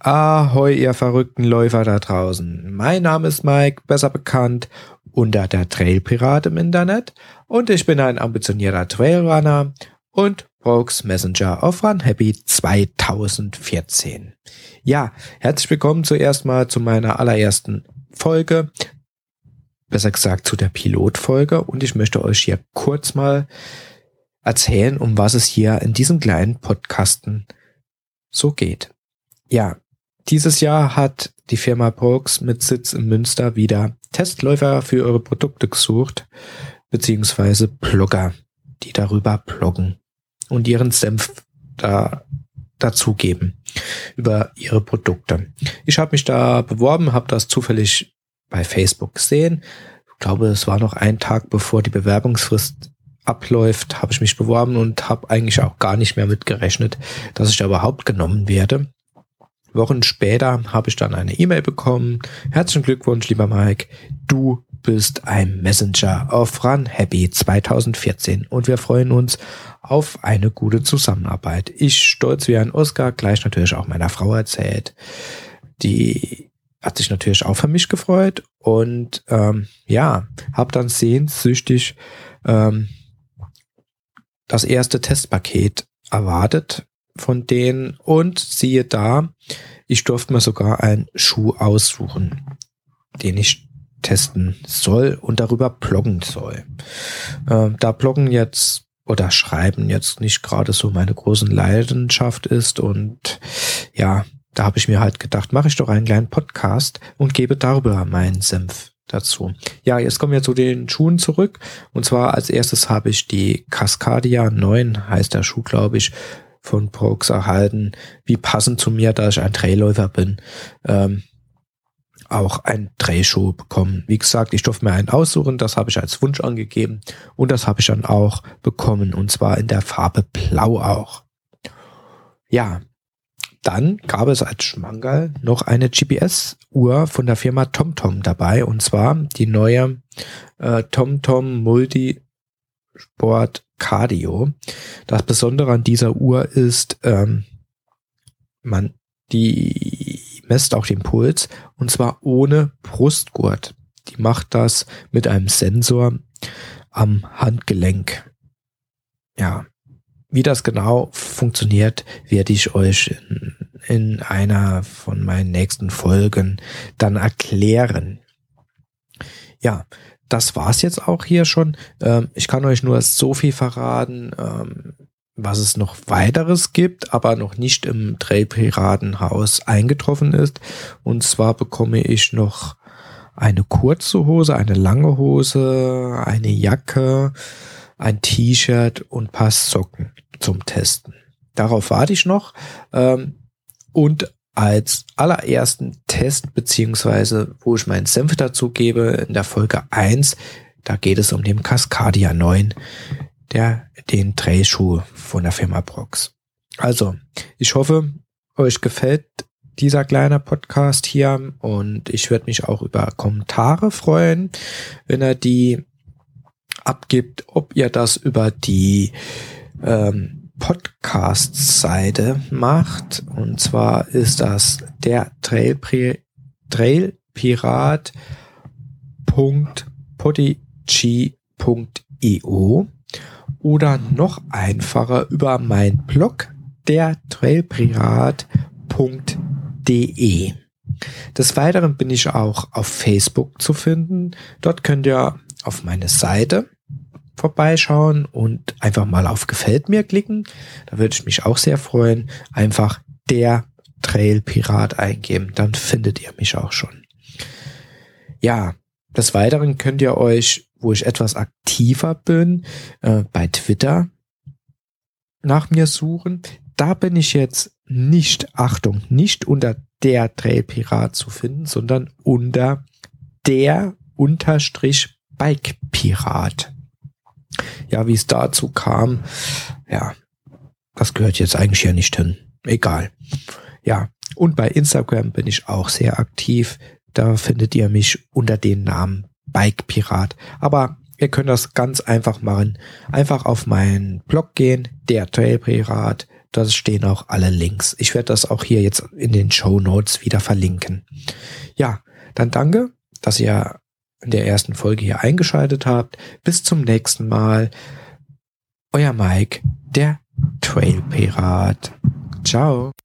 Ahoi, ihr verrückten Läufer da draußen. Mein Name ist Mike, besser bekannt unter der Trailpirat im Internet, und ich bin ein ambitionierter Trailrunner und Brooks Messenger auf Runhappy 2014. Ja, herzlich willkommen zuerst mal zu meiner allerersten Folge, besser gesagt zu der Pilotfolge, und ich möchte euch hier kurz mal erzählen, um was es hier in diesem kleinen Podcasten so geht. Ja, dieses Jahr hat die Firma Brooks mit Sitz in Münster wieder Testläufer für ihre Produkte gesucht, beziehungsweise Blogger, die darüber bloggen und ihren Senf dazugeben über ihre Produkte. Ich habe mich da beworben, habe das zufällig bei Facebook gesehen. Ich glaube, es war noch ein Tag bevor die Bewerbungsfrist abläuft, habe ich mich beworben und habe eigentlich auch gar nicht mehr mit gerechnet, dass ich da überhaupt genommen werde. Wochen später habe ich dann eine E-Mail bekommen. Herzlichen Glückwunsch, lieber Mike. Du bist ein Messenger auf Runhappy 2014 und wir freuen uns auf eine gute Zusammenarbeit. Ich, stolz wie ein Oscar, gleich natürlich auch meiner Frau erzählt. Die hat sich natürlich auch für mich gefreut und habe dann sehnsüchtig das erste Testpaket erwartet von denen, und siehe da, ich durfte mir sogar einen Schuh aussuchen, den ich testen soll und darüber bloggen soll. Da Bloggen jetzt oder Schreiben jetzt nicht gerade so meine große Leidenschaft ist, und ja, da habe ich mir halt gedacht, mache ich doch einen kleinen Podcast und gebe darüber meinen Senf dazu. Ja, jetzt kommen wir zu den Schuhen zurück, und zwar als erstes habe ich die Cascadia 9, heißt der Schuh, glaube ich, von Brooks erhalten, wie passend zu mir, da ich ein Trailläufer bin, auch einen Trailschuh bekommen. Wie gesagt, ich durfte mir einen aussuchen, das habe ich als Wunsch angegeben und das habe ich dann auch bekommen, und zwar in der Farbe Blau auch. Ja, dann gab es als Schmankerl noch eine GPS-Uhr von der Firma TomTom dabei, und zwar die neue TomTom Multisport Cardio. Das Besondere an dieser Uhr ist, die messt auch den Puls, und zwar ohne Brustgurt. Die macht das mit einem Sensor am Handgelenk. Ja, wie das genau funktioniert, werde ich euch in einer von meinen nächsten Folgen dann erklären. Ja, das war's jetzt auch hier schon. Ich kann euch nur so viel verraten, was es noch weiteres gibt, aber noch nicht im Trailpiratenhaus eingetroffen ist. Und zwar bekomme ich noch eine kurze Hose, eine lange Hose, eine Jacke, ein T-Shirt und ein paar Socken zum Testen. Darauf warte ich noch. Und als allerersten Test, beziehungsweise wo ich meinen Senf dazu gebe, in der Folge 1, da geht es um den Cascadia 9, den Trailschuh von der Firma Brooks. Also, ich hoffe, euch gefällt dieser kleine Podcast hier, und ich würde mich auch über Kommentare freuen, wenn ihr die abgibt, ob ihr das über die Podcast-Seite macht, und zwar ist das der trailpirat.podigy.io oder noch einfacher über meinen Blog der trailpirat.de. Des Weiteren bin ich auch auf Facebook zu finden. Dort könnt ihr auf meine Seite vorbeischauen und einfach mal auf Gefällt mir klicken. Da würde ich mich auch sehr freuen. Einfach der Trailpirat eingeben, dann findet ihr mich auch schon. Ja, des Weiteren könnt ihr euch, wo ich etwas aktiver bin, bei Twitter nach mir suchen. Da bin ich jetzt nicht unter der Trailpirat zu finden, sondern unter der _Bikepirat. Ja, wie es dazu kam, ja, das gehört jetzt eigentlich hier nicht hin. Egal. Ja, und bei Instagram bin ich auch sehr aktiv. Da findet ihr mich unter dem Namen Bikepirat. Aber ihr könnt das ganz einfach machen. Einfach auf meinen Blog gehen, der Trailpirat. da stehen auch alle Links. Ich werde das auch hier jetzt in den Shownotes wieder verlinken. Ja, dann danke, dass ihr in der ersten Folge hier eingeschaltet habt. Bis zum nächsten Mal. Euer Mike, der Trail Pirat. Ciao.